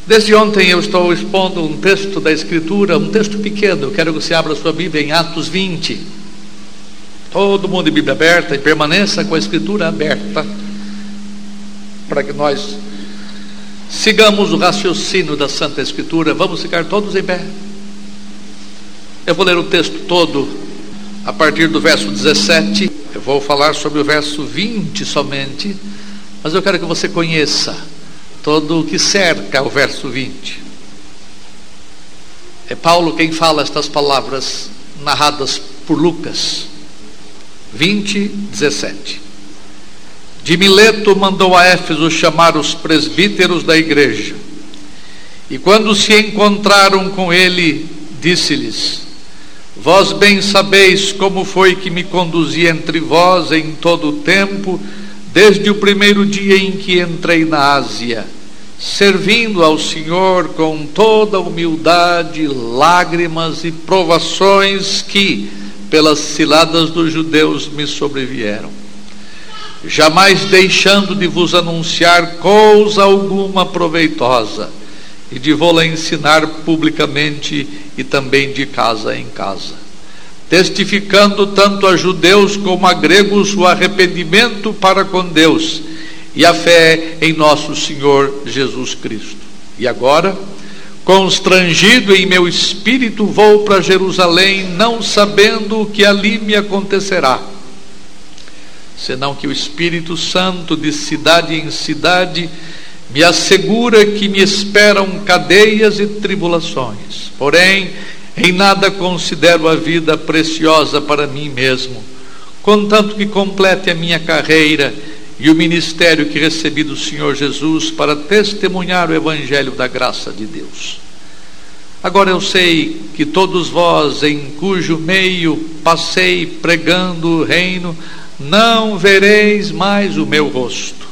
Desde ontem eu estou expondo um texto da Escritura, um texto pequeno. Eu quero que você abra a sua Bíblia em Atos 20. Todo mundo de Bíblia aberta, e permaneça com a Escritura aberta, para que nós sigamos o raciocínio da Santa Escritura. Vamos ficar todos em pé. Eu vou ler o texto todo a partir do verso 17. Eu vou falar sobre o verso 20 somente, mas eu quero que você conheça todo o que cerca o verso 20. É Paulo quem fala estas palavras narradas por Lucas. 20, 17. De Mileto mandou a Éfeso chamar os presbíteros da igreja, e quando se encontraram com ele, disse-lhes: vós bem sabeis como foi que me conduzi entre vós em todo o tempo, desde o primeiro dia em que entrei na Ásia, servindo ao Senhor com toda humildade, lágrimas e provações que, pelas ciladas dos judeus, me sobrevieram, jamais deixando de vos anunciar coisa alguma proveitosa, e de vô-la ensinar publicamente e também de casa em casa, testificando tanto a judeus como a gregos o arrependimento para com Deus e a fé em nosso Senhor Jesus Cristo. E agora, constrangido em meu espírito, vou para Jerusalém, não sabendo o que ali me acontecerá, senão que o Espírito Santo, de cidade em cidade, me assegura que me esperam cadeias e tribulações. Porém, em nada considero a vida preciosa para mim mesmo, contanto que complete a minha carreira e o ministério que recebi do Senhor Jesus para testemunhar o evangelho da graça de Deus. Agora eu sei que todos vós, em cujo meio passei pregando o reino, não vereis mais o meu rosto.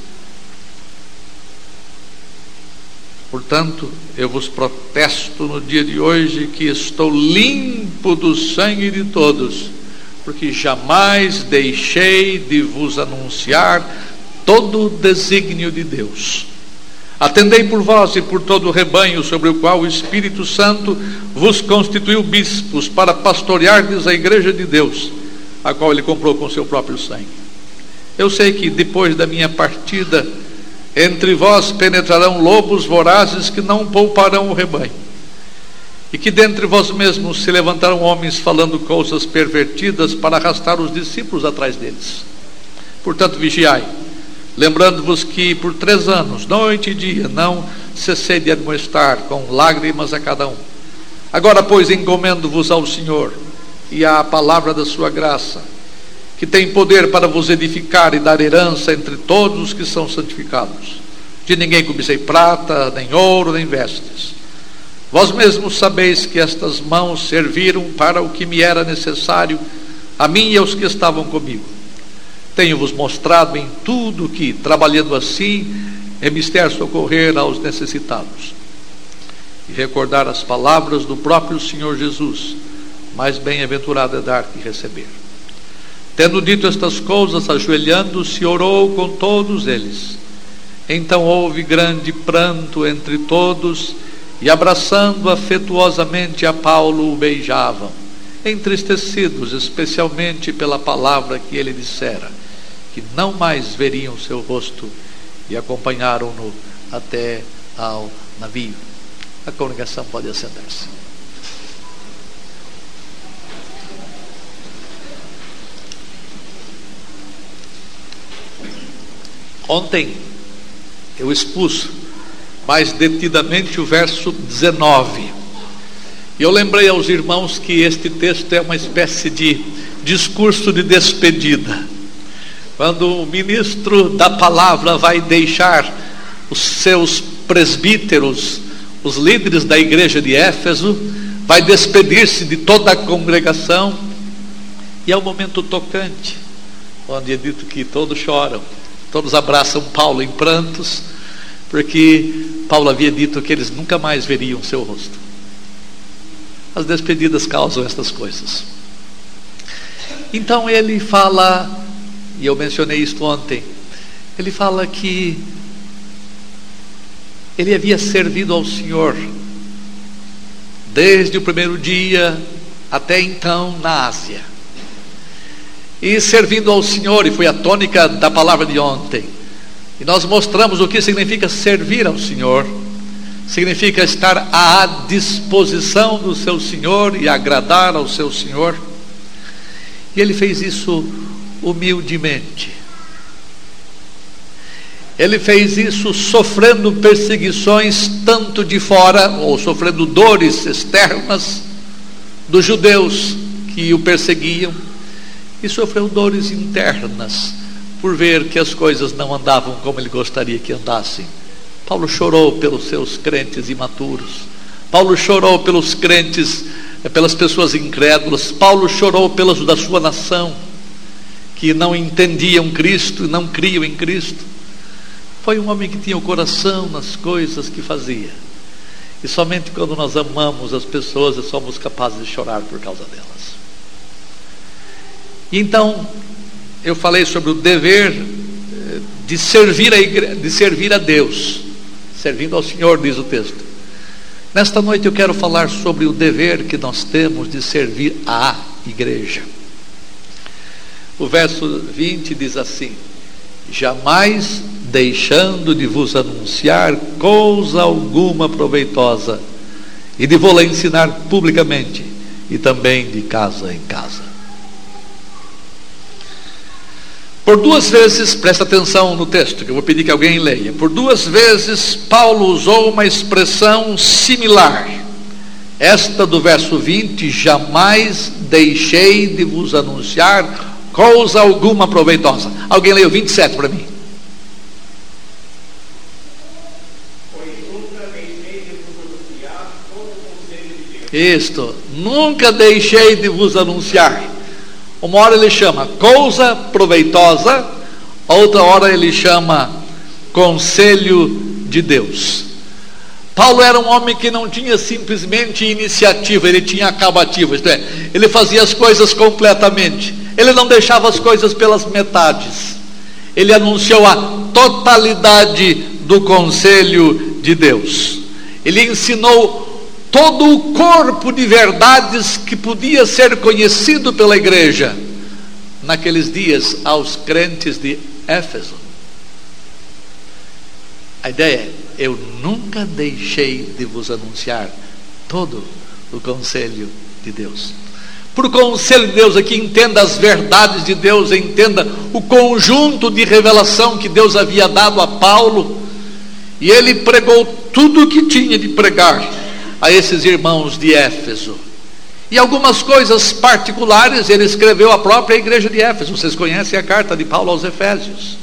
Portanto, eu vos protesto no dia de hoje que estou limpo do sangue de todos, porque jamais deixei de vos anunciar todo o desígnio de Deus. Atendei por vós e por todo o rebanho sobre o qual o Espírito Santo vos constituiu bispos, para pastoreardes a igreja de Deus, a qual ele comprou com seu próprio sangue. Eu sei que depois da minha partida, entre vós penetrarão lobos vorazes que não pouparão o rebanho, e que dentre vós mesmos se levantarão homens falando coisas pervertidas para arrastar os discípulos atrás deles. Portanto, vigiai, lembrando-vos que por 3 anos, noite e dia, não cessei de admoestar com lágrimas a cada um. Agora, pois, encomendo-vos ao Senhor e à palavra da sua graça, que tem poder para vos edificar e dar herança entre todos os que são santificados. De ninguém cobicei prata, nem ouro, nem vestes. Vós mesmos sabeis que estas mãos serviram para o que me era necessário, a mim e aos que estavam comigo. Tenho-vos mostrado em tudo que, trabalhando assim, é mister socorrer aos necessitados, e recordar as palavras do próprio Senhor Jesus: mais bem-aventurado é dar que receber. Tendo dito estas coisas, ajoelhando-se, orou com todos eles. Então houve grande pranto entre todos, e abraçando afetuosamente a Paulo, o beijavam, entristecidos especialmente pela palavra que ele dissera, que não mais veriam seu rosto, e acompanharam-no até ao navio. A congregação pode assentar-se. Ontem eu expus mais detidamente o verso 19, e eu lembrei aos irmãos que este texto é uma espécie de discurso de despedida, quando o ministro da palavra vai deixar os seus presbíteros, os líderes da igreja de Éfeso, vai despedir-se de toda a congregação, e é um momento tocante, onde é dito que todos choram, todos abraçam Paulo em prantos, porque Paulo havia dito que eles nunca mais veriam seu rosto. As despedidas causam estas coisas. Então ele fala, e eu mencionei isto ontem, ele fala que Ele havia servido ao Senhor desde o primeiro dia até então na Ásia, e servindo ao Senhor, e foi a tônica da palavra de ontem, e nós mostramos o que significa servir ao Senhor. Significa estar à disposição do seu Senhor e agradar ao seu Senhor. E ele fez isso humildemente. Ele fez isso sofrendo perseguições tanto de fora, ou sofrendo dores externas dos judeus que o perseguiam, e sofreu dores internas por ver que as coisas não andavam como ele gostaria que andassem. Paulo chorou pelos seus crentes imaturos. Paulo chorou pelos crentes, pelas pessoas incrédulas. Paulo chorou pelas da sua nação, que não entendiam Cristo e não criam em Cristo. Foi um homem que tinha o coração nas coisas que fazia. E somente quando nós amamos as pessoas, somos capazes de chorar por causa delas. E então, eu falei sobre o dever de servir a igreja, de servir a Deus, servindo ao Senhor, diz o texto. Nesta noite eu quero falar sobre o dever que nós temos de servir à igreja. O verso 20 diz assim: jamais deixando de vos anunciar coisa alguma proveitosa, e de vou-la ensinar publicamente, e também de casa em casa. Por duas vezes, presta atenção no texto, que eu vou pedir que alguém leia. Por duas vezes, Paulo usou uma expressão similar. Esta do verso 20, jamais deixei de vos anunciar coisa alguma proveitosa. Alguém leia o 27 para mim. Pois nunca deixei de vos anunciar todo o conselho de Deus. Isto, nunca deixei de vos anunciar. Uma hora ele chama coisa proveitosa, outra hora ele chama conselho de Deus. Paulo era um homem que não tinha simplesmente iniciativa, ele tinha acabativa, isto é, ele fazia as coisas completamente, ele não deixava as coisas pelas metades, ele anunciou a totalidade do conselho de Deus. Ele ensinou todo o corpo de verdades que podia ser conhecido pela igreja naqueles dias aos crentes de Éfeso. A ideia é: eu nunca deixei de vos anunciar todo o conselho de Deus. Por conselho de Deus aqui, entenda as verdades de Deus, entenda o conjunto de revelação que Deus havia dado a Paulo, e ele pregou tudo o que tinha de pregar a esses irmãos de Éfeso. E algumas coisas particulares ele escreveu à própria igreja de Éfeso. Vocês conhecem a carta de Paulo aos Efésios.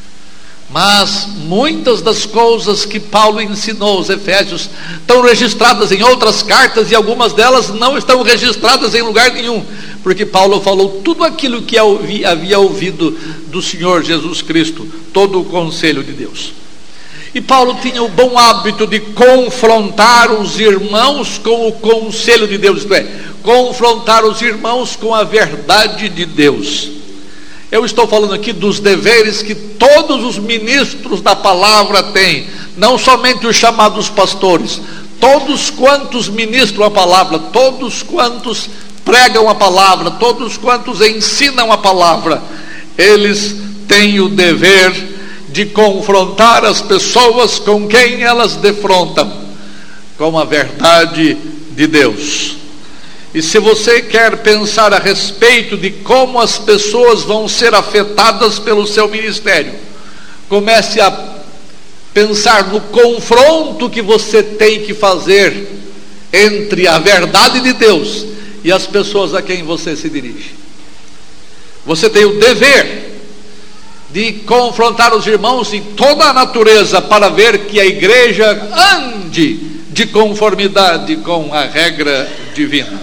Mas muitas das coisas que Paulo ensinou aos Efésios estão registradas em outras cartas, e algumas delas não estão registradas em lugar nenhum, porque Paulo falou tudo aquilo que havia ouvido do Senhor Jesus Cristo, todo o conselho de Deus. E Paulo tinha o bom hábito de confrontar os irmãos com o conselho de Deus, isto é, confrontar os irmãos com a verdade de Deus. Eu estou falando aqui dos deveres que todos os ministros da palavra têm, não somente os chamados pastores, todos quantos ministram a palavra, todos quantos pregam a palavra, todos quantos ensinam a palavra, eles têm o dever de confrontar as pessoas com quem elas defrontam, com a verdade de Deus. E se você quer pensar a respeito de como as pessoas vão ser afetadas pelo seu ministério, comece a pensar no confronto que você tem que fazer entre a verdade de Deus e as pessoas a quem você se dirige. Você tem o dever de confrontar os irmãos em toda a natureza, para ver que a igreja ande de conformidade com a regra divina.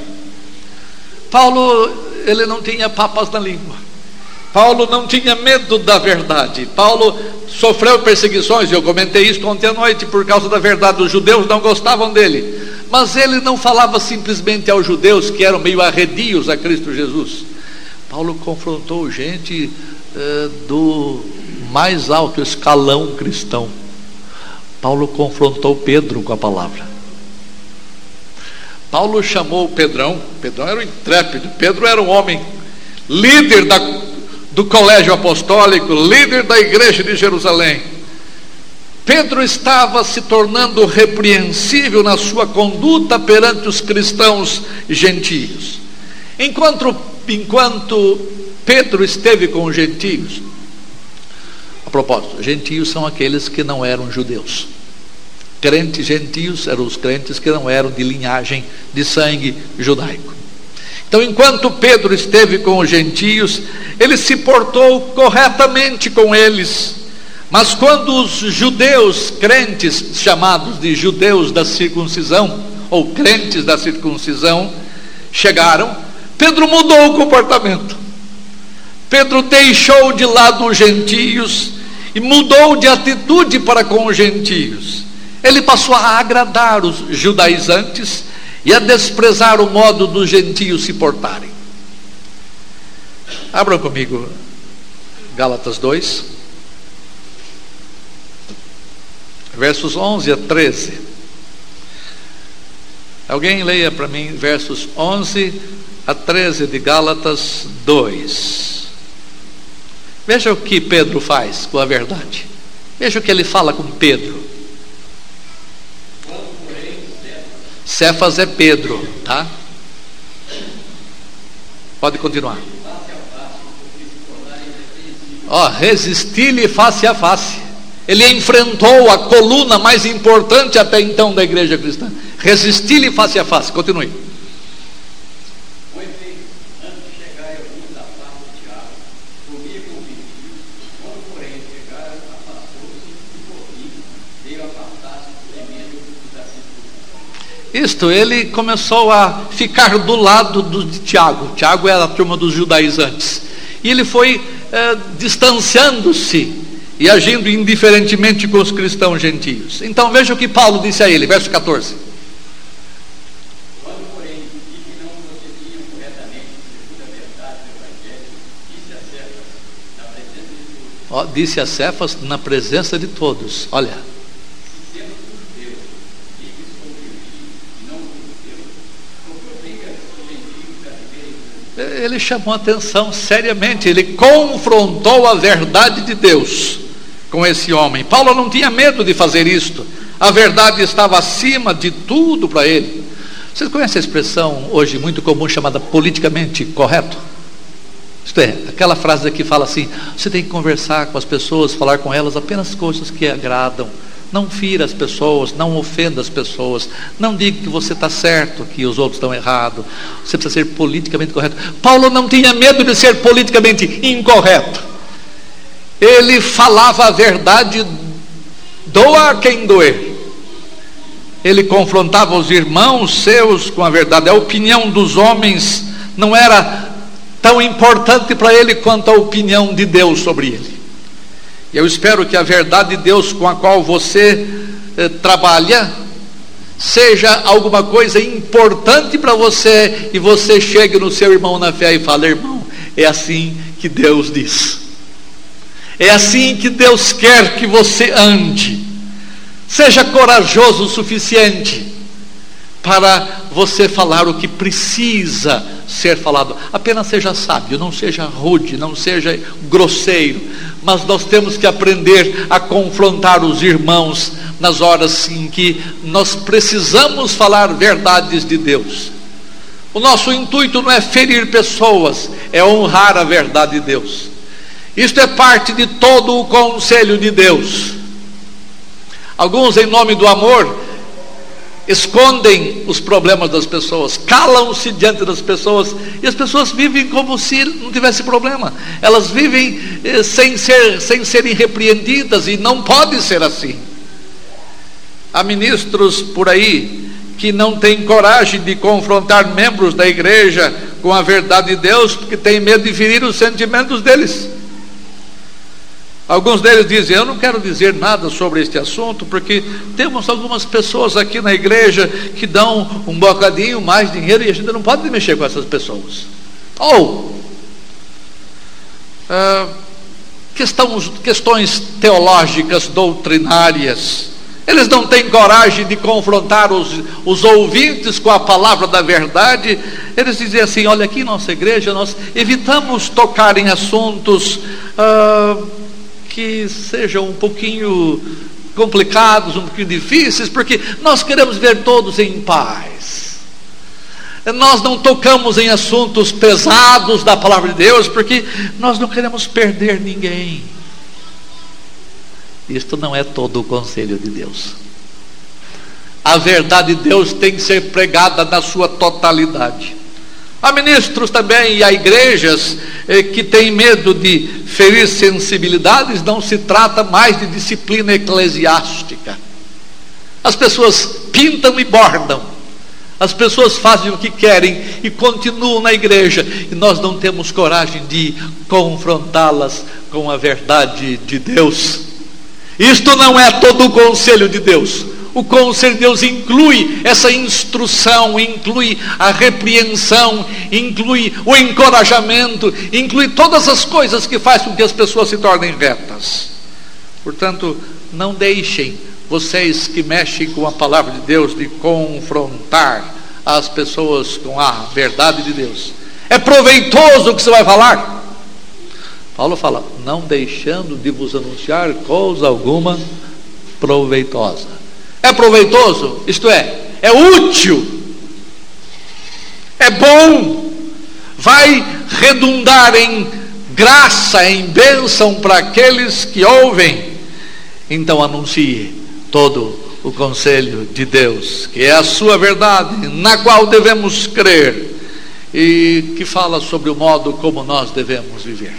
Paulo, ele não tinha papas na língua. Paulo não tinha medo da verdade. Paulo sofreu perseguições, eu comentei isso ontem à noite, por causa da verdade. Os judeus não gostavam dele, mas ele não falava simplesmente aos judeus que eram meio arredios a Cristo Jesus. Paulo confrontou gente do mais alto escalão cristão. Paulo confrontou Pedro com a palavra. Paulo chamou Pedrão era um intrépido, Pedro era um homem líder do colégio apostólico, líder da igreja de Jerusalém. Pedro estava se tornando repreensível na sua conduta perante os cristãos gentios. Enquanto Pedro esteve com os gentios, a propósito, gentios são aqueles que não eram judeus. Crentes gentios eram os crentes que não eram de linhagem de sangue judaico. Então, enquanto Pedro esteve com os gentios, ele se portou corretamente com eles. Mas quando os judeus crentes, chamados de judeus da circuncisão, ou crentes da circuncisão, chegaram, Pedro mudou o comportamento. Pedro deixou de lado os gentios e mudou de atitude para com os gentios. Ele passou a agradar os judaizantes e a desprezar o modo dos gentios se portarem. Abram comigo Gálatas 2, versos 11 a 13. Alguém leia para mim versos 11 a 13 de Gálatas 2. Veja o que Pedro faz com a verdade. Veja o que ele fala com Pedro. Cefas é Pedro, tá? Pode continuar. Resisti-lhe face a face. Ele enfrentou a coluna mais importante até então da igreja cristã. Resisti-lhe face a face. Continue. Ele começou a ficar do lado de Tiago. Tiago era a turma dos judaizantes. E ele foi distanciando-se e agindo indiferentemente com os cristãos gentios. Então veja o que Paulo disse a ele, verso 14. Quando, porém, vi que não procediam corretamente segundo a verdade do Evangelho, disse a Cefas na presença de todos. Olha. Ele chamou a atenção seriamente, ele confrontou a verdade de Deus com esse homem. Paulo não tinha medo de fazer isto, a verdade estava acima de tudo para ele. Vocês conhecem a expressão hoje muito comum chamada politicamente correto? Isto é, aquela frase que fala assim: você tem que conversar com as pessoas, falar com elas apenas coisas que agradam. Não fira as pessoas, não ofenda as pessoas, não diga que você está certo, que os outros estão errados. Você precisa ser politicamente correto. Paulo não tinha medo de ser politicamente incorreto. Ele falava a verdade, doa a quem doer. Ele confrontava os irmãos seus com a verdade. A opinião dos homens não era tão importante para ele quanto a opinião de Deus sobre ele. Eu espero que a verdade de Deus com a qual você trabalha seja alguma coisa importante para você, e você chegue no seu irmão na fé e fale: irmão, é assim que Deus diz, é assim que Deus quer que você ande. Seja corajoso o suficiente para você falar o que precisa ser falado. Apenas seja sábio, não seja rude, não seja grosseiro. Mas nós temos que aprender a confrontar os irmãos nas horas em que nós precisamos falar verdades de Deus. O nosso intuito não é ferir pessoas, é honrar a verdade de Deus. Isto é parte de todo o conselho de Deus. Alguns, em nome do amor, escondem os problemas das pessoas, calam-se diante das pessoas, e as pessoas vivem como se não tivesse problema. Elas vivem sem serem repreendidas, e não pode ser assim. Há ministros por aí que não têm coragem de confrontar membros da igreja com a verdade de Deus, porque têm medo de ferir os sentimentos deles. Alguns deles dizem: eu não quero dizer nada sobre este assunto, porque temos algumas pessoas aqui na igreja que dão um bocadinho mais dinheiro, e a gente não pode mexer com essas pessoas. Ou questões teológicas, doutrinárias, Eles não têm coragem de confrontar os ouvintes com a palavra da verdade. Eles dizem assim: olha, aqui em nossa igreja nós evitamos tocar em assuntos que sejam um pouquinho complicados, um pouquinho difíceis, porque nós queremos ver todos em paz. Nós não tocamos em assuntos pesados da palavra de Deus, porque nós não queremos perder ninguém. Isto não é todo o conselho de Deus. A verdade de Deus tem que ser pregada na sua totalidade. Há ministros também e há igrejas que têm medo de ferir sensibilidades. Não se trata mais de disciplina eclesiástica. As pessoas pintam e bordam, as pessoas fazem o que querem e continuam na igreja, e nós não temos coragem de confrontá-las com a verdade de Deus. Isto não é todo o conselho de Deus. O conselho de Deus inclui essa instrução, inclui a repreensão, inclui o encorajamento, inclui todas as coisas que fazem com que as pessoas se tornem retas. Portanto, não deixem, vocês que mexem com a palavra de Deus, de confrontar as pessoas com a verdade de Deus. É proveitoso o que você vai falar? Paulo fala: não deixando de vos anunciar coisa alguma proveitosa. É proveitoso, isto é útil, é bom, vai redundar em graça, em bênção para aqueles que ouvem. Então anuncie todo o conselho de Deus, que é a sua verdade, na qual devemos crer, e que fala sobre o modo como nós devemos viver.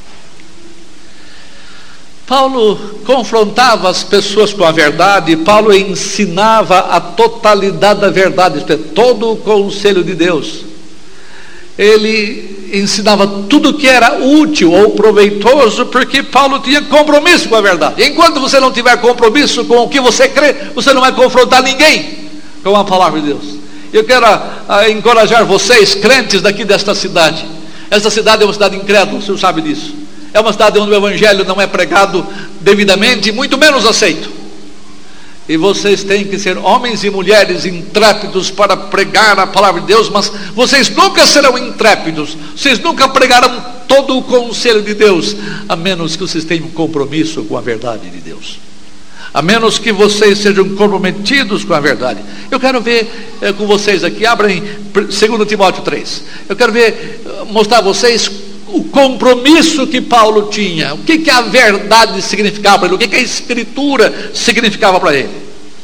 Paulo confrontava as pessoas com a verdade. Paulo ensinava a totalidade da verdade, isto é, todo o conselho de Deus. Ele ensinava tudo que era útil ou proveitoso, porque Paulo tinha compromisso com a verdade. Enquanto você não tiver compromisso com o que você crê, você não vai confrontar ninguém com a palavra de Deus. Eu quero encorajar vocês, crentes daqui desta cidade. Esta cidade é uma cidade incrédula, o senhor sabe disso. É uma cidade onde o evangelho não é pregado devidamente, muito menos aceito. E vocês têm que ser homens e mulheres intrépidos para pregar a palavra de Deus, mas vocês nunca serão intrépidos, vocês nunca pregarão todo o conselho de Deus, a menos que vocês tenham compromisso com a verdade de Deus, a menos que vocês sejam comprometidos com a verdade. Eu quero ver com vocês aqui, abrem 2 Timóteo 3. Eu quero mostrar a vocês o compromisso que Paulo tinha, o que a verdade significava para ele, o que a Escritura significava para ele.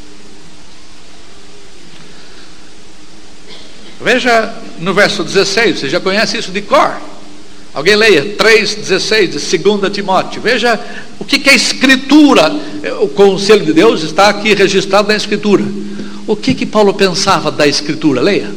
Veja no verso 16, você já conhece isso de cor. Alguém leia 3,16 de 2 Timóteo. Veja o que a Escritura, o conselho de Deus está aqui registrado na Escritura. O que Paulo pensava da Escritura? Leia.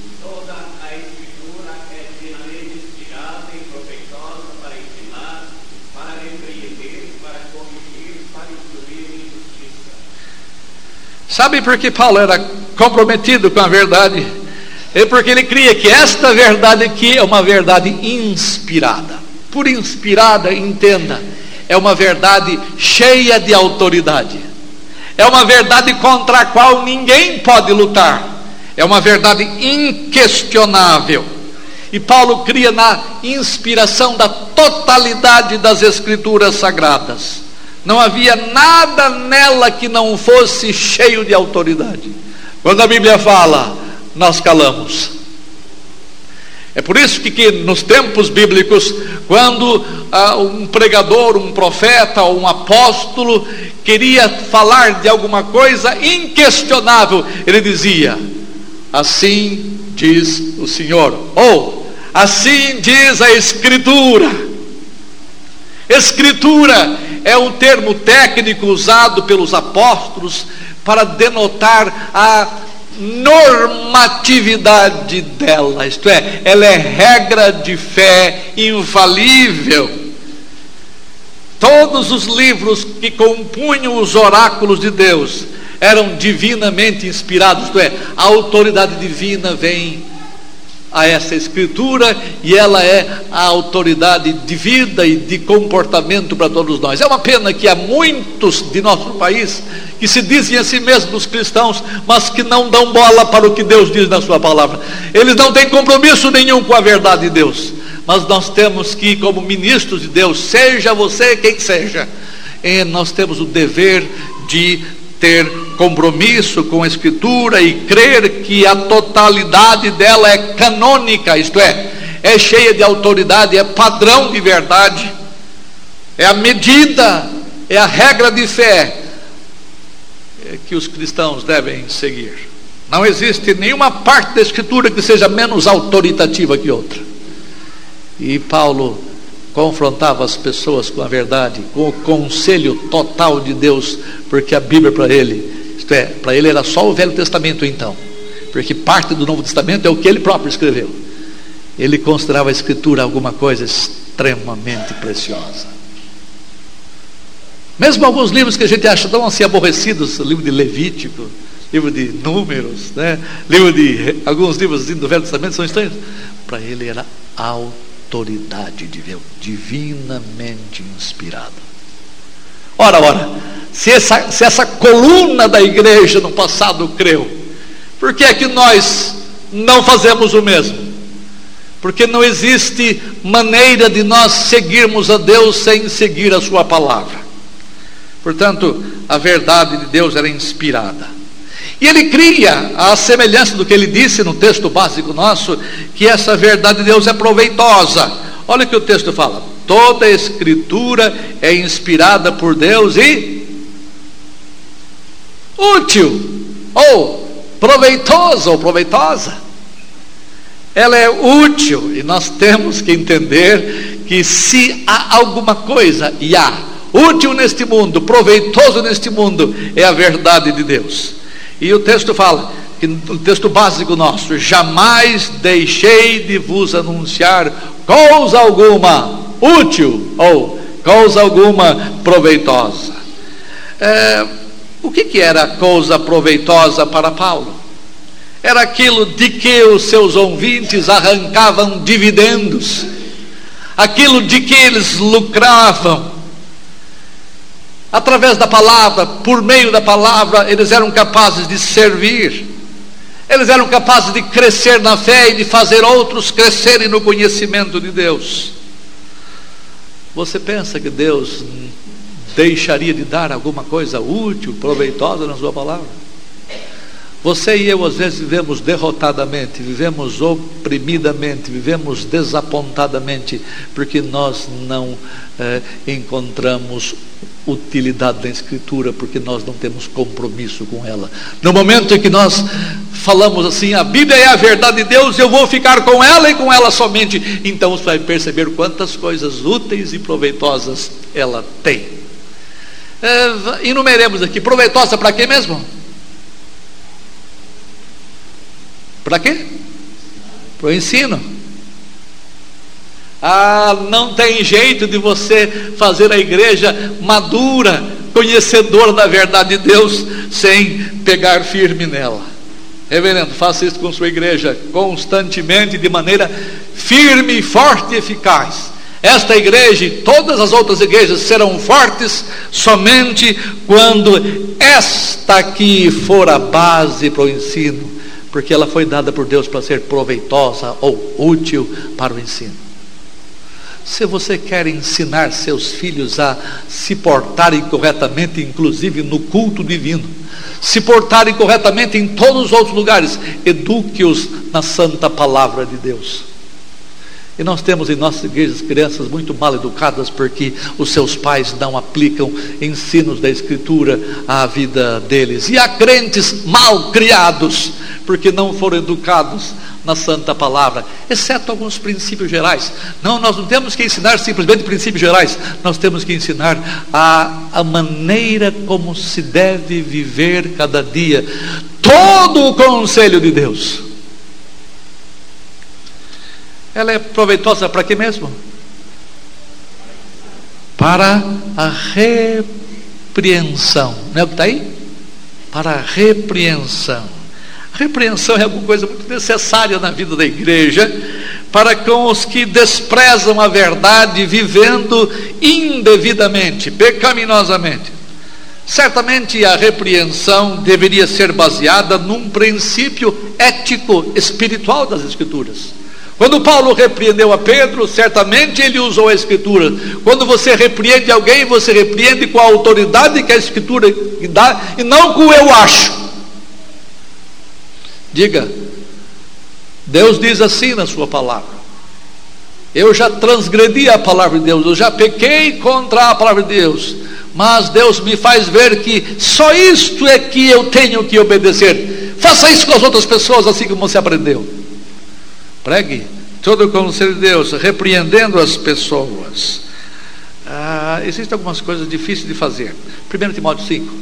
Sabe por que Paulo era comprometido com a verdade? É porque ele cria que esta verdade aqui é uma verdade inspirada. Por inspirada, entenda, é uma verdade cheia de autoridade. É uma verdade contra a qual ninguém pode lutar. É uma verdade inquestionável. E Paulo cria na inspiração da totalidade das Escrituras Sagradas. Não havia nada nela que não fosse cheio de autoridade. Quando a Bíblia fala, nós calamos. É por isso que nos tempos bíblicos, quando um pregador, um profeta ou um apóstolo queria falar de alguma coisa inquestionável, ele dizia: assim diz o Senhor, ou assim diz a Escritura. Escritura é um termo técnico usado pelos apóstolos para denotar a normatividade dela, isto é, ela é regra de fé infalível. Todos os livros que compunham os oráculos de Deus eram divinamente inspirados, isto é, a autoridade divina vem a essa Escritura, e ela é a autoridade de vida e de comportamento para todos nós. É uma pena que há muitos de nosso país que se dizem a si mesmos cristãos, mas que não dão bola para o que Deus diz na sua palavra. Eles não têm compromisso nenhum com a verdade de Deus. Mas nós temos que, como ministros de Deus, seja você quem seja, nós temos o dever de ter compromisso com a Escritura e crer que a totalidade dela é canônica, isto é cheia de autoridade, é padrão de verdade, é a medida, é a regra de fé que os cristãos devem seguir. Não existe nenhuma parte da Escritura que seja menos autoritativa que outra. E Paulo confrontava as pessoas com a verdade, com o conselho total de Deus, porque a Bíblia para ele, isto é, para ele era só o Velho Testamento então, porque parte do Novo Testamento é o que ele próprio escreveu. Ele considerava a Escritura alguma coisa extremamente preciosa. Mesmo alguns livros que a gente acha tão assim aborrecidos, o livro de Levítico, livro de Números, né? Alguns livros assim do Velho Testamento são estranhos, para ele era autoridade de Deus, divinamente inspirado. Ora, se essa coluna da igreja no passado creu, por que é que nós não fazemos o mesmo? Porque não existe maneira de nós seguirmos a Deus sem seguir a sua palavra. Portanto, a verdade de Deus era inspirada. E ele cria, à semelhança do que ele disse no texto básico nosso, que essa verdade de Deus é proveitosa. Olha o que o texto fala: toda a Escritura é inspirada por Deus e útil, ou proveitosa, ou proveitosa. Ela é útil, e nós temos que entender que se há alguma coisa, e há, útil neste mundo, proveitoso neste mundo, é a verdade de Deus. E o texto fala, que no texto básico nosso: jamais deixei de vos anunciar coisa alguma útil, ou coisa alguma proveitosa. O que era coisa proveitosa para Paulo? Era aquilo de que os seus ouvintes arrancavam dividendos, aquilo de que eles lucravam. Através da palavra, por meio da palavra, eles eram capazes de servir, eles eram capazes de crescer na fé e de fazer outros crescerem no conhecimento de Deus. Você pensa que Deus deixaria de dar alguma coisa útil, proveitosa na sua palavra? Você e eu às vezes vivemos derrotadamente, vivemos oprimidamente, vivemos desapontadamente, porque nós não encontramos utilidade da Escritura, porque nós não temos compromisso com ela. No momento em que nós falamos assim: a Bíblia é a verdade de Deus, eu vou ficar com ela e com ela somente, então você vai perceber quantas coisas úteis e proveitosas ela tem. Enumeremos aqui. Proveitosa para quê mesmo? Para quê? Para o ensino. Não tem jeito de você fazer a igreja madura, conhecedora da verdade de Deus, sem pegar firme nela. Reverendo, faça isso com sua igreja constantemente, de maneira firme, forte e eficaz. Esta igreja e todas as outras igrejas serão fortes somente quando esta aqui for a base para o ensino, porque ela foi dada por Deus para ser proveitosa ou útil para o ensino. Se você quer ensinar seus filhos a se portarem corretamente, inclusive no culto divino, se portarem corretamente em todos os outros lugares, eduque-os na santa palavra de Deus. E nós temos em nossas igrejas crianças muito mal educadas, porque os seus pais não aplicam ensinos da Escritura à vida deles. E há crentes mal criados, porque não foram educados na santa palavra, exceto alguns princípios gerais. Nós não temos que ensinar simplesmente princípios gerais, nós temos que ensinar a maneira como se deve viver cada dia todo o conselho de Deus. Ela é proveitosa para quê mesmo? Para a repreensão. Não é o que está aí? Para a repreensão. A repreensão é alguma coisa muito necessária na vida da igreja, para com os que desprezam a verdade, vivendo indevidamente, pecaminosamente. Certamente a repreensão deveria ser baseada num princípio ético espiritual das Escrituras. Quando Paulo repreendeu a Pedro, certamente ele usou a Escritura. Quando você repreende alguém, você repreende com a autoridade que a Escritura dá, e não com o eu acho. Diga: Deus diz assim na sua palavra: eu já transgredi a palavra de Deus, eu já pequei contra a palavra de Deus, mas Deus me faz ver que só isto é que eu tenho que obedecer. Faça isso com as outras pessoas, assim como você aprendeu. Pregue todo o conselho de Deus, repreendendo as pessoas. Existem algumas coisas difíceis de fazer. 1 Timóteo 5.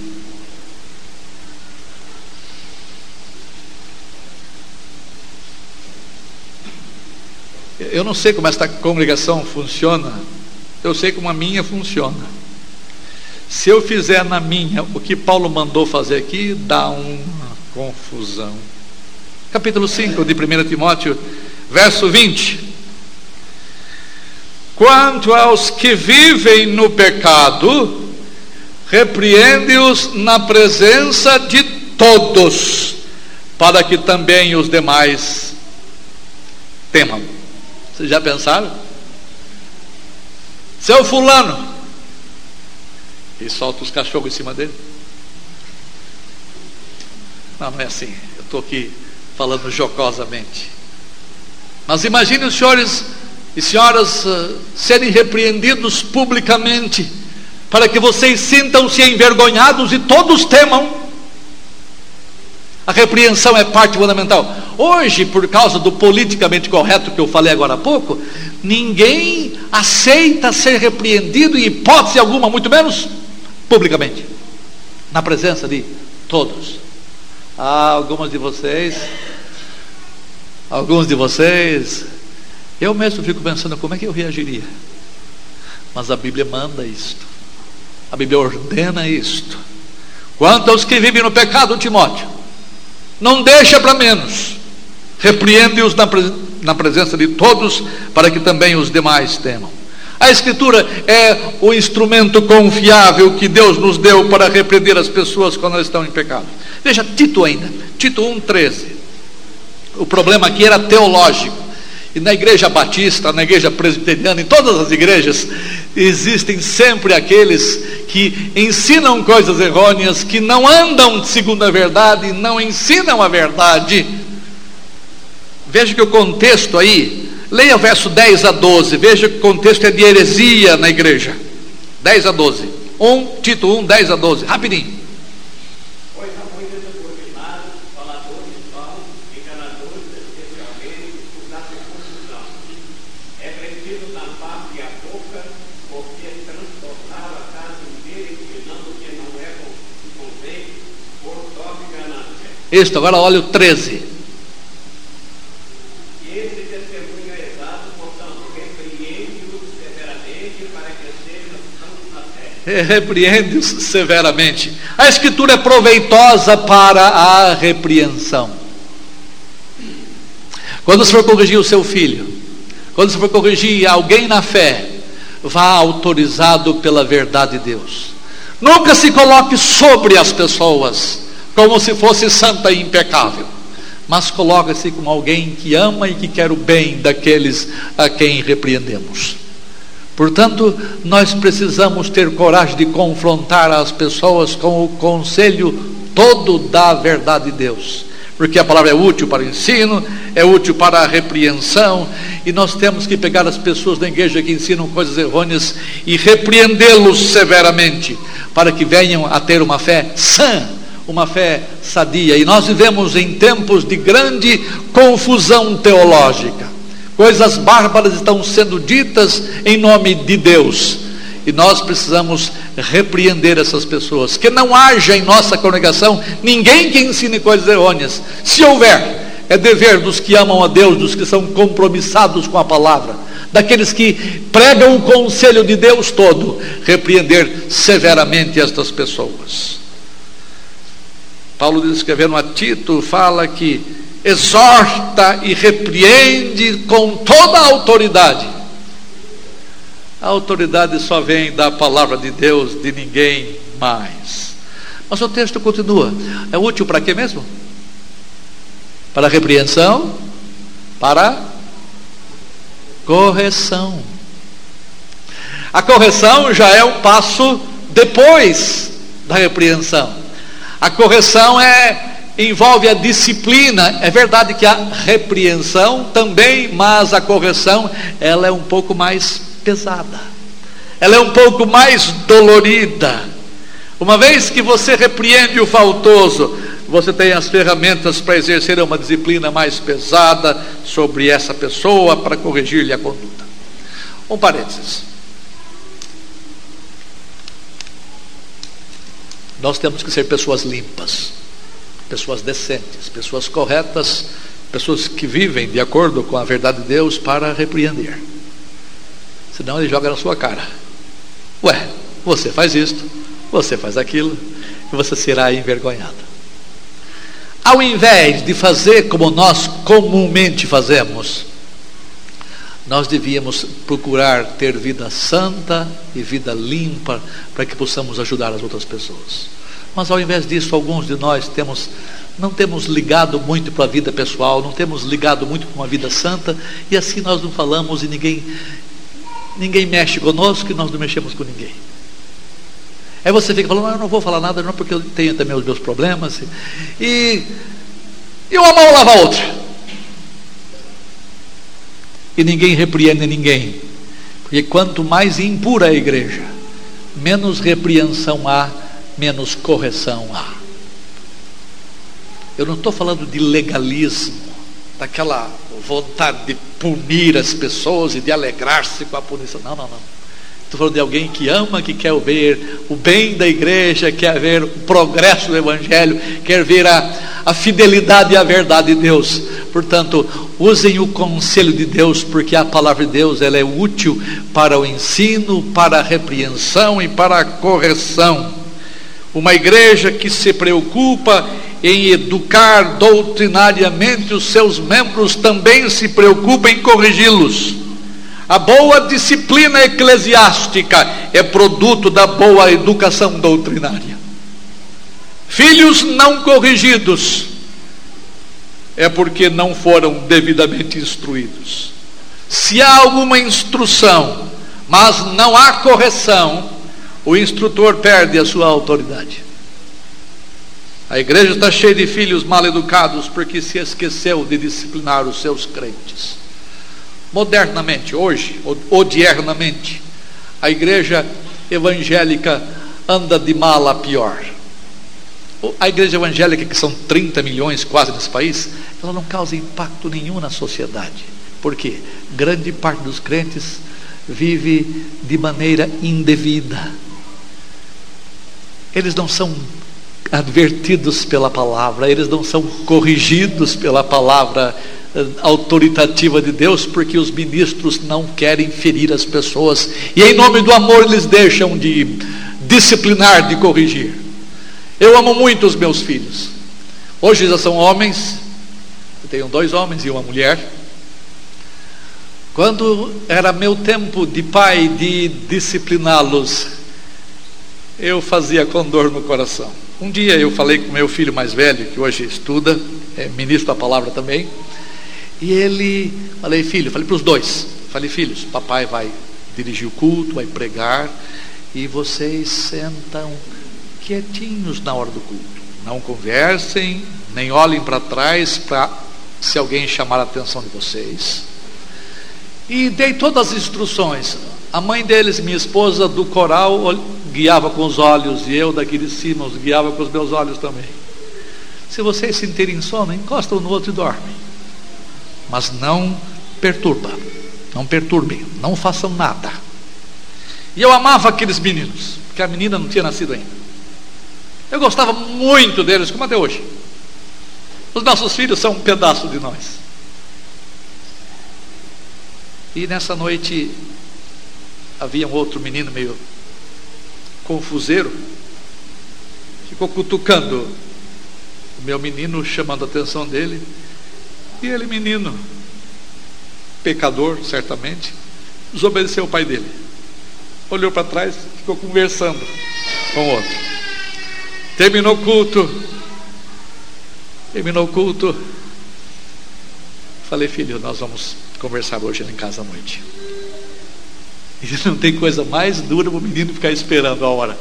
Eu não sei como esta congregação funciona, eu sei como a minha funciona. Se eu fizer na minha o que Paulo mandou fazer aqui, dá uma confusão. Capítulo 5 de 1 Timóteo, verso 20: quanto aos que vivem no pecado, repreende-os na presença de todos, para que também os demais temam. Vocês já pensaram? Seu fulano, e solta os cachorros em cima dele. Não é assim, eu estou aqui falando jocosamente. Mas imagine os senhores e senhoras serem repreendidos publicamente, para que vocês sintam-se envergonhados e todos temam. A repreensão é parte fundamental. Hoje, por causa do politicamente correto que eu falei agora há pouco, ninguém aceita ser repreendido em hipótese alguma, muito menos publicamente, na presença de todos. Alguns de vocês, eu mesmo fico pensando como é que eu reagiria. Mas a Bíblia manda isto, a Bíblia ordena isto. Quanto aos que vivem no pecado, Timóteo, não deixa para menos, repreende-os na presença de todos, para que também os demais temam. A Escritura é o instrumento confiável que Deus nos deu para repreender as pessoas quando elas estão em pecado. Veja Tito ainda, Tito 1,13. O problema aqui era teológico. E na igreja batista, na igreja presbiteriana, em todas as igrejas, existem sempre aqueles que ensinam coisas errôneas, que não andam segundo a verdade, não ensinam a verdade. Veja que o contexto aí, leia o verso 10 a 12, veja que o contexto é de heresia na igreja. 10 a 12. Tito 1, 10 a 12, rapidinho. Isto, agora olha o 13. Esse testemunho é exato, portanto, repreende-os severamente para que sejam santos na fé. Repreende-os severamente. A Escritura é proveitosa para a repreensão. Quando você for corrigir o seu filho, quando você for corrigir alguém na fé, vá autorizado pela verdade de Deus. Nunca se coloque sobre as pessoas como se fosse santa e impecável, mas coloca-se como alguém que ama e que quer o bem daqueles a quem repreendemos. Portanto, nós precisamos ter coragem de confrontar as pessoas com o conselho todo da verdade de Deus, porque a palavra é útil para o ensino, é útil para a repreensão, e nós temos que pegar as pessoas da igreja que ensinam coisas errôneas e repreendê-los severamente, para que venham a ter uma fé sã, uma fé sadia. E nós vivemos em tempos de grande confusão teológica. Coisas bárbaras estão sendo ditas em nome de Deus, e nós precisamos repreender essas pessoas. Que não haja em nossa congregação ninguém que ensine coisas errôneas. Se houver, é dever dos que amam a Deus, dos que são compromissados com a palavra, daqueles que pregam o conselho de Deus todo, repreender severamente estas pessoas. Paulo, escrevendo a Tito, fala que exorta e repreende com toda a autoridade. A autoridade só vem da palavra de Deus, de ninguém mais. Mas o texto continua. É útil para quê mesmo? Para repreensão, para correção. A correção já é um passo depois da repreensão. A correção envolve a disciplina. É verdade que a repreensão também, mas a correção, ela é um pouco mais pesada. Ela é um pouco mais dolorida. Uma vez que você repreende o faltoso, você tem as ferramentas para exercer uma disciplina mais pesada sobre essa pessoa, para corrigir-lhe a conduta. Um parênteses. Nós temos que ser pessoas limpas, pessoas decentes, pessoas corretas, pessoas que vivem de acordo com a verdade de Deus para repreender. Senão ele joga na sua cara. Ué, você faz isto, você faz aquilo, e você será envergonhado. Ao invés de fazer como nós comumente fazemos, nós devíamos procurar ter vida santa e vida limpa, para que possamos ajudar as outras pessoas. Mas ao invés disso, alguns de nós não temos ligado muito para a vida pessoal, não temos ligado muito para uma vida santa, e assim nós não falamos, e ninguém mexe conosco, e nós não mexemos com ninguém. Aí você fica falando, eu não vou falar nada não, porque eu tenho também os meus problemas, e uma mão lava a outra, e ninguém repreende ninguém, porque quanto mais impura a igreja, menos repreensão há, menos correção há. Eu não estou falando de legalismo, daquela vontade de punir as pessoas e de alegrar-se com a punição. Não. Estou falando de alguém que ama, que quer ver o bem da igreja, quer ver o progresso do evangelho, quer ver a fidelidade e a verdade de Deus. Portanto, usem o conselho de Deus, porque a palavra de Deus, ela é útil para o ensino, para a repreensão e para a correção. Uma igreja que se preocupa em educar doutrinariamente os seus membros, também se preocupa em corrigi-los. A boa disciplina eclesiástica é produto da boa educação doutrinária. Filhos não corrigidos é porque não foram devidamente instruídos. Se há alguma instrução, mas não há correção, o instrutor perde a sua autoridade. A igreja está cheia de filhos mal educados porque se esqueceu de disciplinar os seus crentes. Modernamente, hoje, odiernamente, a igreja evangélica anda de mal a pior. A igreja evangélica, que são 30 milhões quase nesse país, ela não causa impacto nenhum na sociedade. Por quê? Grande parte dos crentes vive de maneira indevida. Eles não são advertidos pela palavra, eles não são corrigidos pela palavra autoritativa de Deus, porque os ministros não querem ferir as pessoas, e em nome do amor eles deixam de disciplinar, de corrigir. Eu amo muito os meus filhos, hoje já são homens, eu tenho 2 homens e uma mulher. Quando era meu tempo de pai de discipliná-los, eu fazia com dor no coração. Um dia eu falei com meu filho mais velho, que hoje estuda, é ministro da palavra também, e falei para os 2, filhos, papai vai dirigir o culto, vai pregar, e vocês sentam quietinhos na hora do culto, não conversem, nem olhem para trás, se alguém chamar a atenção de vocês. E dei todas as instruções. A mãe deles, minha esposa do coral, guiava com os olhos, e eu daqui de cima os guiava com os meus olhos também. Se vocês sentirem sono, encostam um no outro e dormem, mas não perturbem, não façam nada. E eu amava aqueles meninos, porque a menina não tinha nascido ainda. Eu gostava muito deles, como até hoje. Os nossos filhos são um pedaço de nós. E nessa noite havia um outro menino meio confuseiro, ficou cutucando o meu menino, chamando a atenção dele, e ele, menino pecador, certamente, desobedeceu o pai dele, olhou para trás, ficou conversando com o outro. Terminou o culto. Falei, filho, nós vamos conversar hoje lá em casa à noite. E não tem coisa mais dura para o menino ficar esperando a hora.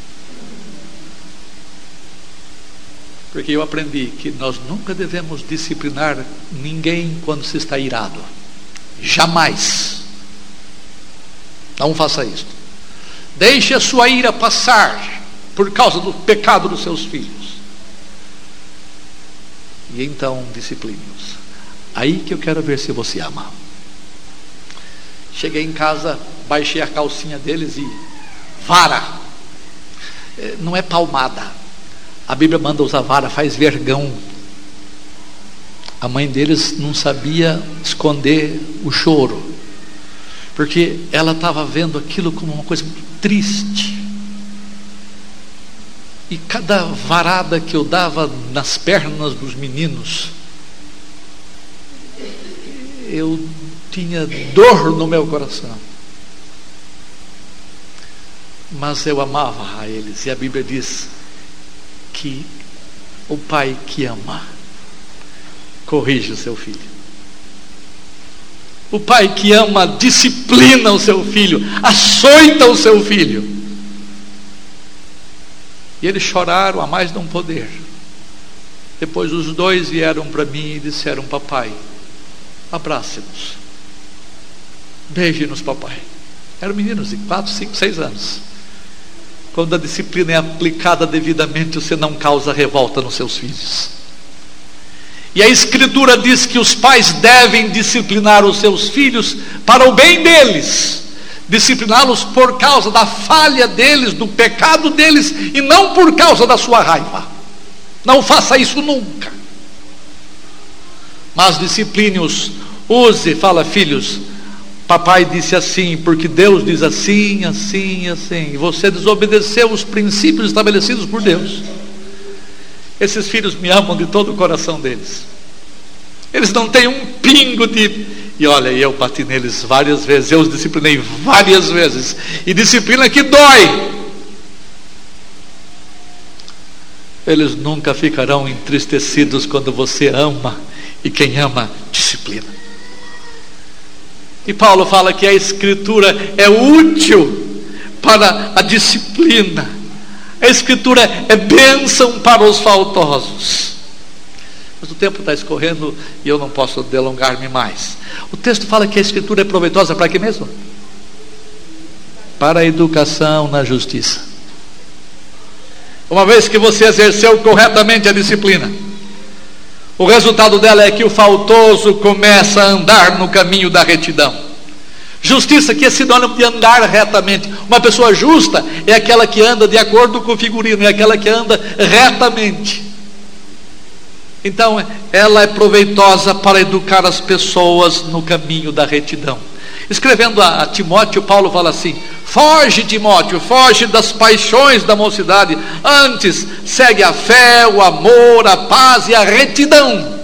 Porque eu aprendi que nós nunca devemos disciplinar ninguém quando se está irado. Jamais. Não faça isso. Deixe a sua ira passar por causa do pecado dos seus filhos. E então discipline-os. Aí que eu quero ver se você ama. Cheguei em casa, baixei a calcinha deles e vara. Não é palmada. A Bíblia manda usar vara, faz vergão. A mãe deles não sabia esconder o choro, porque ela estava vendo aquilo como uma coisa muito triste. E cada varada que eu dava nas pernas dos meninos, eu tinha dor no meu coração. Mas eu amava a eles. E a Bíblia diz que o pai que ama corrige o seu filho. O pai que ama disciplina o seu filho, açoita o seu filho. E eles choraram a mais não poder. Depois os dois vieram para mim e disseram: papai, abrace-nos, beije-nos, papai. Eram meninos de 4, 5, 6 anos. Quando a disciplina é aplicada devidamente, você não causa revolta nos seus filhos. E a Escritura diz que os pais devem disciplinar os seus filhos para o bem deles, discipliná-los por causa da falha deles, do pecado deles, e não por causa da sua raiva. Não faça isso nunca. Mas discipline-os. Use, fala: filhos, papai disse assim, porque Deus diz assim, assim, assim. E você desobedeceu os princípios estabelecidos por Deus. Esses filhos me amam de todo o coração deles. Eles não têm um pingo de... E olha, eu bati neles várias vezes, eu os disciplinei várias vezes. E disciplina que dói. Eles nunca ficarão entristecidos quando você ama. E quem ama, disciplina. E Paulo fala que a Escritura é útil para a disciplina. A Escritura é bênção para os faltosos. Mas o tempo está escorrendo e eu não posso delongar-me mais. O texto fala que a Escritura é proveitosa para quê mesmo? Para a educação na justiça. Uma vez que você exerceu corretamente a disciplina, o resultado dela é que o faltoso começa a andar no caminho da retidão. Justiça, que é sinônimo de andar retamente. Uma pessoa justa é aquela que anda de acordo com o figurino, é aquela que anda retamente. Então, ela é proveitosa para educar as pessoas no caminho da retidão. Escrevendo a Timóteo, Paulo fala assim: foge, Timóteo, foge das paixões da mocidade, antes segue a fé, o amor, a paz e a retidão,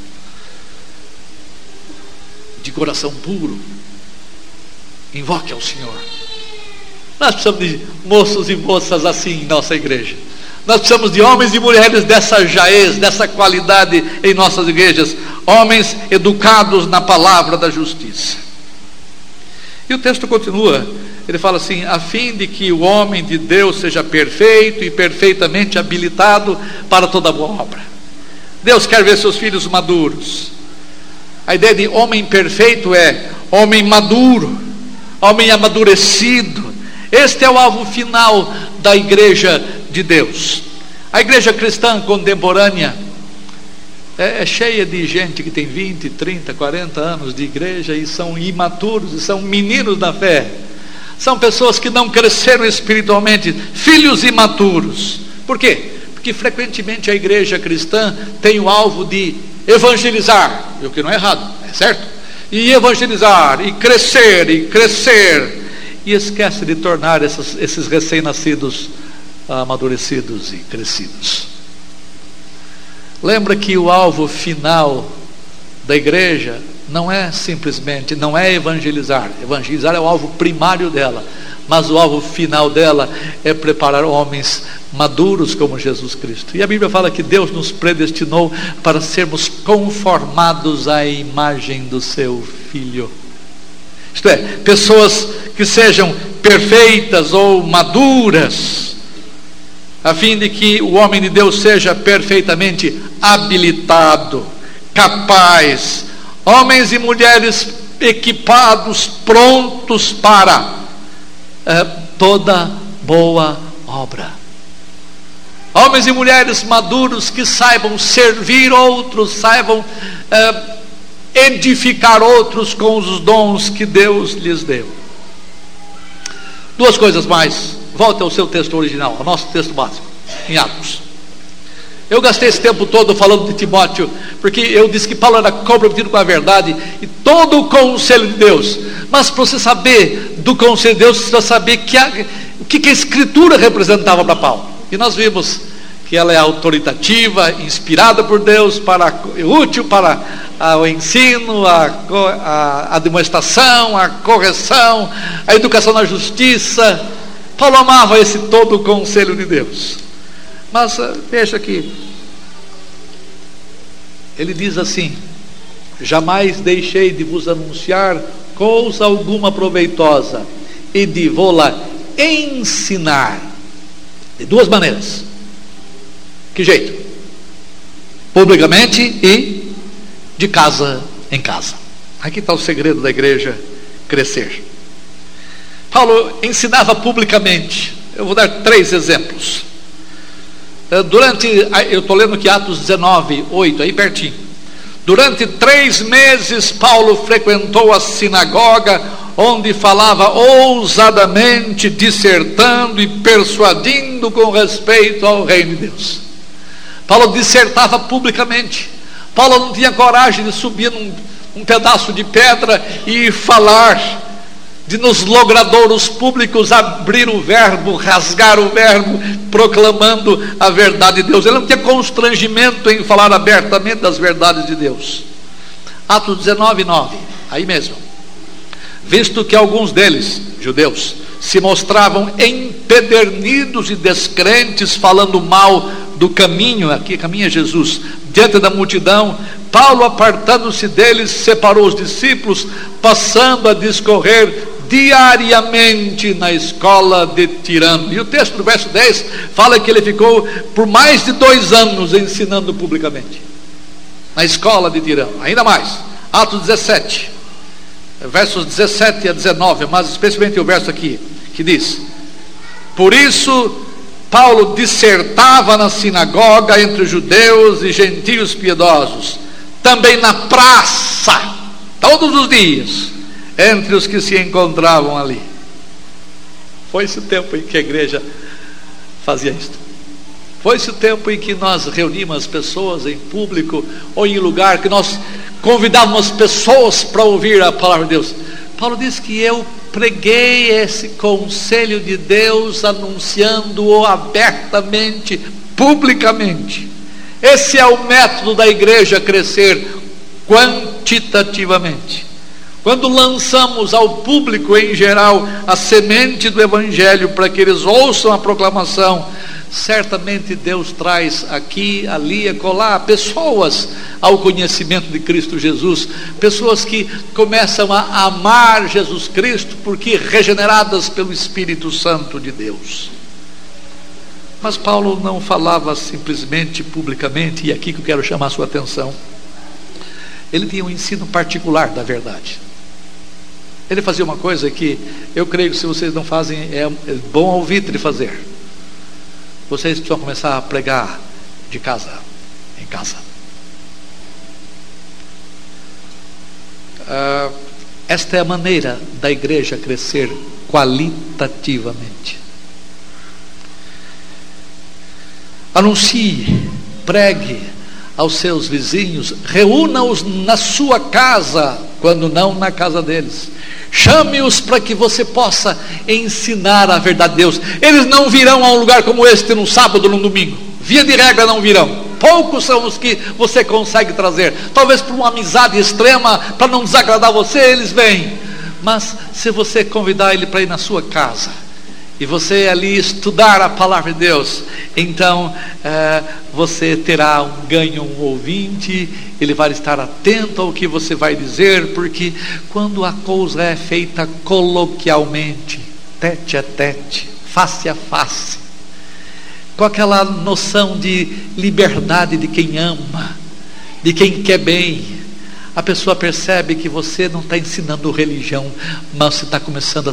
de coração puro. Invoque ao Senhor. Nós precisamos de moços e moças assim em nossa igreja. Nós precisamos de homens e mulheres dessa jaez, dessa qualidade em nossas igrejas. Homens educados na palavra da justiça. E o texto continua. Ele fala assim: a fim de que o homem de Deus seja perfeito e perfeitamente habilitado para toda boa obra. Deus quer ver seus filhos maduros. A ideia de homem perfeito é homem maduro, homem amadurecido. Este é o alvo final da igreja de Deus. A igreja cristã contemporânea é cheia de gente que tem 20, 30, 40 anos de igreja e são imaturos, e são meninos da fé. São pessoas que não cresceram espiritualmente, filhos imaturos. Por quê? Porque frequentemente a igreja cristã tem o alvo de evangelizar, o que não é errado, é certo? E evangelizar, e crescer, e esquece de tornar esses recém-nascidos amadurecidos e crescidos. Lembra que o alvo final da igreja não é simplesmente, não é evangelizar. Evangelizar é o alvo primário dela, mas o alvo final dela é preparar homens maduros como Jesus Cristo. E a Bíblia fala que Deus nos predestinou para sermos conformados à imagem do seu Filho. Isto é, pessoas que sejam perfeitas ou maduras, a fim de que o homem de Deus seja perfeitamente habilitado, capaz, homens e mulheres equipados, prontos para toda boa obra. Homens e mulheres maduros que saibam servir outros, saibam edificar outros com os dons que Deus lhes deu. Duas coisas mais. Volte ao seu texto original, ao nosso texto básico, em Atos. Eu gastei esse tempo todo falando de Timóteo, porque eu disse que Paulo era comprometido com a verdade e todo o conselho de Deus. Mas para você saber do conselho de Deus, você precisa saber o que a Escritura representava para Paulo. E nós vimos que ela é autoritativa, inspirada por Deus, útil para o ensino, a demonstração, a correção, a educação na justiça. Paulo amava esse todo o conselho de Deus. Mas veja aqui, ele diz assim: jamais deixei de vos anunciar coisa alguma proveitosa e de vô-la ensinar. De duas maneiras. Que jeito? Publicamente e de casa em casa. Aqui está o segredo da igreja crescer. Paulo ensinava publicamente. Eu vou dar 3 exemplos. Eu estou lendo aqui Atos 19, 8, aí pertinho. Durante 3 meses Paulo frequentou a sinagoga, onde falava ousadamente, dissertando e persuadindo com respeito ao reino de Deus. Paulo dissertava publicamente. Paulo não tinha coragem de subir num pedaço de pedra e falar, de nos logradouros públicos abrir o verbo, rasgar o verbo, proclamando a verdade de Deus. Ele não tinha constrangimento em falar abertamente das verdades de Deus. Atos 19, 9, aí mesmo. Visto que alguns deles, judeus, se mostravam empedernidos e descrentes, falando mal do caminho, aqui caminha Jesus, diante da multidão, Paulo, apartando-se deles, separou os discípulos, passando a discorrer diariamente na escola de Tirano. E o texto do verso 10 fala que ele ficou por mais de 2 anos ensinando publicamente na escola de Tirano. Ainda mais, Atos 17, versos 17 a 19, mas especialmente o verso aqui, que diz: por isso Paulo dissertava na sinagoga entre os judeus e gentios piedosos, também na praça, todos os dias, entre os que se encontravam ali. Foi esse o tempo em que a igreja fazia isto. Foi esse o tempo em que nós reuníamos as pessoas em público ou em lugar, que nós convidávamos pessoas para ouvir a palavra de Deus. Paulo diz que eu preguei esse conselho de Deus, anunciando-o abertamente, publicamente. Esse é o método da igreja crescer quantitativamente. Quando lançamos ao público em geral a semente do Evangelho para que eles ouçam a proclamação, certamente Deus traz aqui, ali, acolá pessoas ao conhecimento de Cristo Jesus, pessoas que começam a amar Jesus Cristo porque regeneradas pelo Espírito Santo de Deus. Mas Paulo não falava simplesmente publicamente, e é aqui que eu quero chamar a sua atenção. Ele tinha um ensino particular da verdade. Ele fazia uma coisa que eu creio que, se vocês não fazem, é bom ouvir de fazer. Vocês precisam começar a pregar de casa em casa. Esta é a maneira da igreja crescer qualitativamente. Anuncie, pregue aos seus vizinhos, reúna-os na sua casa, quando não na casa deles. Chame-os para que você possa ensinar a verdade de Deus. Eles não virão a um lugar como este num sábado ou num domingo. Via de regra não virão. Poucos são os que você consegue trazer. Talvez por uma amizade extrema, para não desagradar você, eles vêm. Mas se você convidar ele para ir na sua casa e você ali estudar a palavra de Deus, então você terá um ganho, um ouvinte, ele vai estar atento ao que você vai dizer, porque quando a coisa é feita coloquialmente, tete a tete, face a face, com aquela noção de liberdade de quem ama, de quem quer bem, a pessoa percebe que você não está ensinando religião, mas você está começando a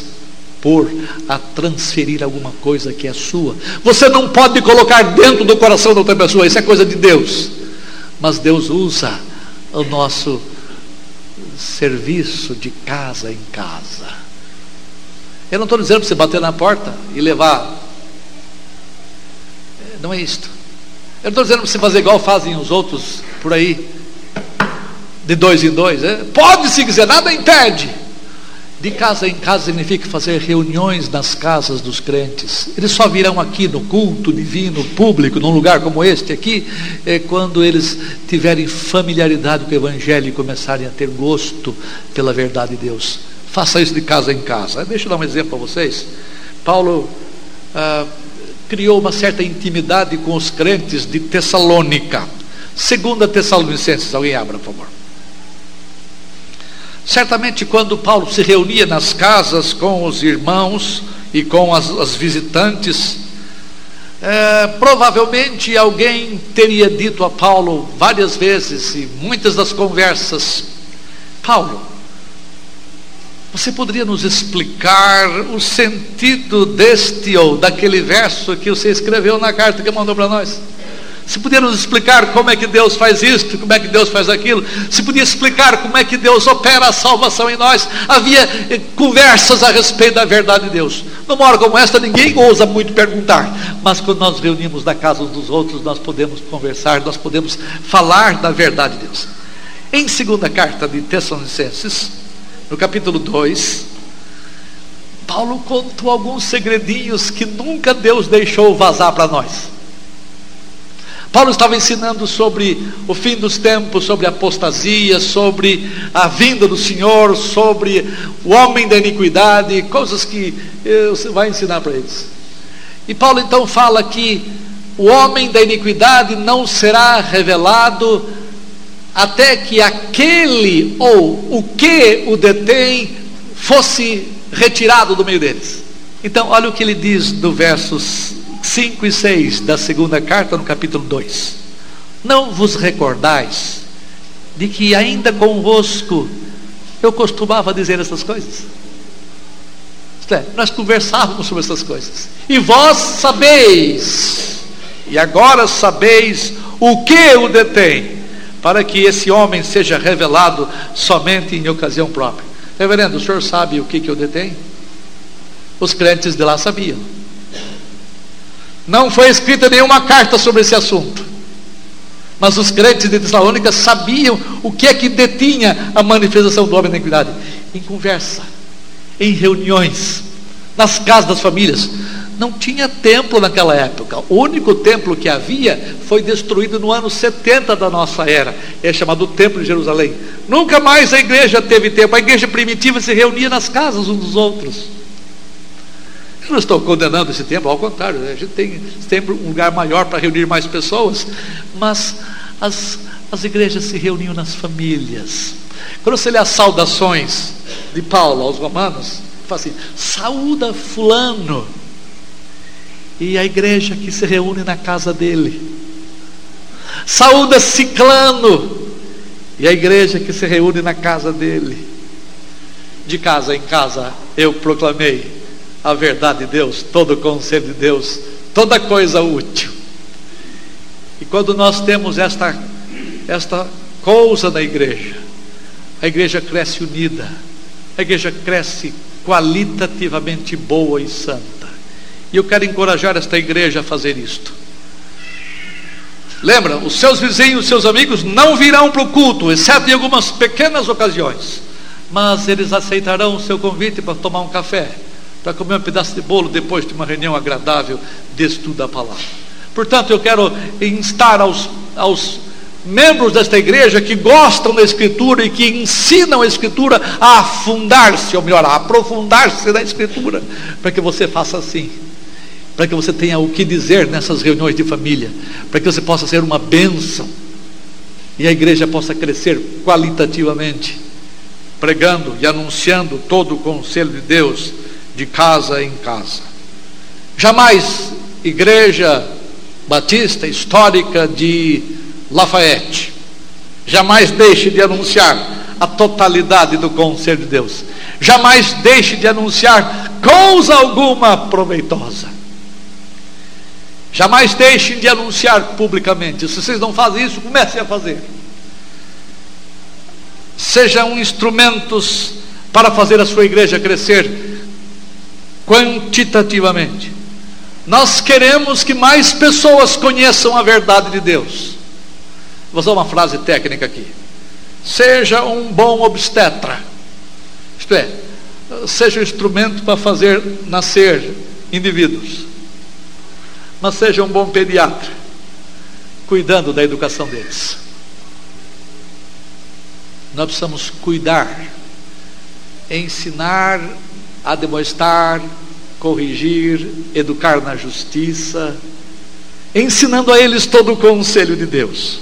a transferir alguma coisa que é sua. Você não pode colocar dentro do coração da outra pessoa, isso é coisa de Deus, mas Deus usa o nosso serviço de casa em casa. Eu não estou dizendo para você bater na porta e levar, não é isto. Eu não estou dizendo para você fazer igual fazem os outros por aí, de dois em dois. Pode se quiser, nada impede. De casa em casa significa fazer reuniões nas casas dos crentes. Eles só virão aqui no culto divino público, num lugar como este aqui, quando eles tiverem familiaridade com o Evangelho e começarem a ter gosto pela verdade de Deus. Faça isso de casa em casa. Deixa eu dar um exemplo para vocês. Paulo criou uma certa intimidade com os crentes de Tessalônica. 2 Tessalonicenses, alguém abra, por favor. Certamente quando Paulo se reunia nas casas com os irmãos e com as visitantes, provavelmente alguém teria dito a Paulo várias vezes, e muitas das conversas: Paulo, você poderia nos explicar o sentido deste ou daquele verso que você escreveu na carta que mandou para nós? Se podia nos explicar como é que Deus faz isto, como é que Deus faz aquilo, se podia explicar como é que Deus opera a salvação em nós. Havia conversas a respeito da verdade de Deus. Numa hora como esta ninguém ousa muito perguntar, mas quando nós reunimos na casa uns dos outros, nós podemos conversar, nós podemos falar da verdade de Deus. Em segunda carta de Tessalonicenses, no capítulo 2, Paulo contou alguns segredinhos que nunca Deus deixou vazar para nós. Paulo estava ensinando sobre o fim dos tempos, sobre a apostasia, sobre a vinda do Senhor, sobre o homem da iniquidade, coisas que você vai ensinar para eles. E Paulo então fala que o homem da iniquidade não será revelado até que aquele ou o que o detém fosse retirado do meio deles. Então olha o que ele diz do versos 5 e 6 da segunda carta, no capítulo 2. Não vos recordais de que ainda convosco eu costumava dizer essas coisas? Isto é, nós conversávamos sobre essas coisas. E vós sabeis, e agora sabeis o que o detém, para que esse homem seja revelado somente em ocasião própria. Reverendo, o senhor sabe o que o detém? Os crentes de lá sabiam. Não foi escrita nenhuma carta sobre esse assunto, mas os crentes de Tessalônica sabiam o que é que detinha a manifestação do homem da iniquidade. Em conversa, em reuniões, nas casas das famílias. Não tinha templo naquela época. O único templo que havia foi destruído no ano 70 da nossa era. É chamado o Templo de Jerusalém. Nunca mais a igreja teve templo. A igreja primitiva se reunia nas casas uns dos outros. Eu não estou condenando esse templo, ao contrário, a gente tem sempre um lugar maior para reunir mais pessoas, mas as igrejas se reuniam nas famílias. Quando você lê as saudações de Paulo aos romanos, fala assim: saúda fulano, e a igreja que se reúne na casa dele. Saúda ciclano, e a igreja que se reúne na casa dele. De casa em casa eu proclamei a verdade de Deus, todo o conselho de Deus, toda coisa útil. E quando nós temos esta coisa na igreja, a igreja cresce unida, a igreja cresce qualitativamente boa e santa. E eu quero encorajar esta igreja a fazer isto. Lembra, os seus vizinhos, os seus amigos não virão para o culto, exceto em algumas pequenas ocasiões, mas eles aceitarão o seu convite para tomar um café, para comer um pedaço de bolo depois de uma reunião agradável de estudo da palavra. Portanto, eu quero instar aos membros desta igreja que gostam da Escritura e que ensinam a Escritura a afundar-se, ou melhor, a aprofundar-se na Escritura, para que você faça assim, para que você tenha o que dizer nessas reuniões de família, para que você possa ser uma bênção e a igreja possa crescer qualitativamente, pregando e anunciando todo o conselho de Deus de casa em casa. Jamais Igreja Batista Histórica de Lafayette, jamais deixe de anunciar a totalidade do conselho de Deus. Jamais deixe de anunciar coisa alguma proveitosa. Jamais deixem de anunciar publicamente. Se vocês não fazem isso, comecem a fazer. Sejam instrumentos para fazer a sua igreja crescer quantitativamente. Nós queremos que mais pessoas conheçam a verdade de Deus. Vou usar uma frase técnica aqui. Seja um bom obstetra, isto é, seja um instrumento para fazer nascer indivíduos, mas seja um bom pediatra, cuidando da educação deles. Nós precisamos cuidar, ensinar, admoestar, corrigir, educar na justiça, ensinando a eles todo o conselho de Deus.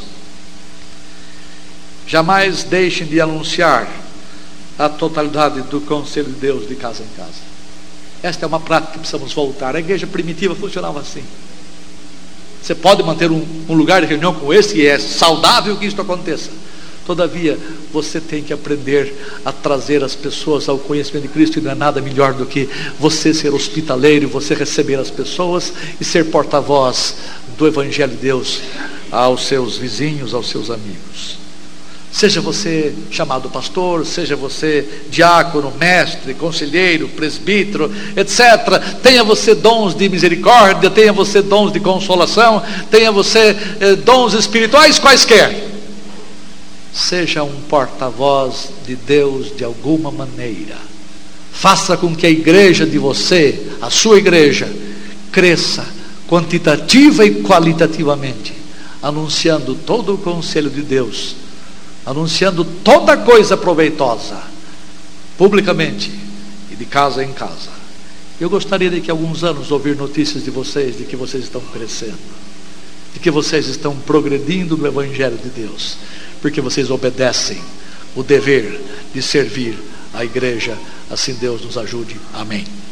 Jamais deixem de anunciar a totalidade do conselho de Deus de casa em casa. Esta é uma prática que precisamos voltar. A igreja primitiva funcionava assim. Você pode manter um lugar de reunião como esse, e é saudável que isto aconteça. Todavia, você tem que aprender a trazer as pessoas ao conhecimento de Cristo, e não é nada melhor do que você ser hospitaleiro, você receber as pessoas e ser porta-voz do Evangelho de Deus aos seus vizinhos, aos seus amigos. Seja você chamado pastor, seja você diácono, mestre, conselheiro, presbítero, etc. Tenha você dons de misericórdia, tenha você dons de consolação, tenha você dons espirituais quaisquer. Seja um porta-voz de Deus de alguma maneira. Faça com que a igreja de você, a sua igreja, cresça quantitativa e qualitativamente, anunciando todo o conselho de Deus, anunciando toda coisa proveitosa, publicamente e de casa em casa. Eu gostaria de que alguns anos ouvir notícias de vocês, de que vocês estão crescendo, de que vocês estão progredindo no Evangelho de Deus, porque vocês obedecem o dever de servir a igreja. Assim Deus nos ajude. Amém.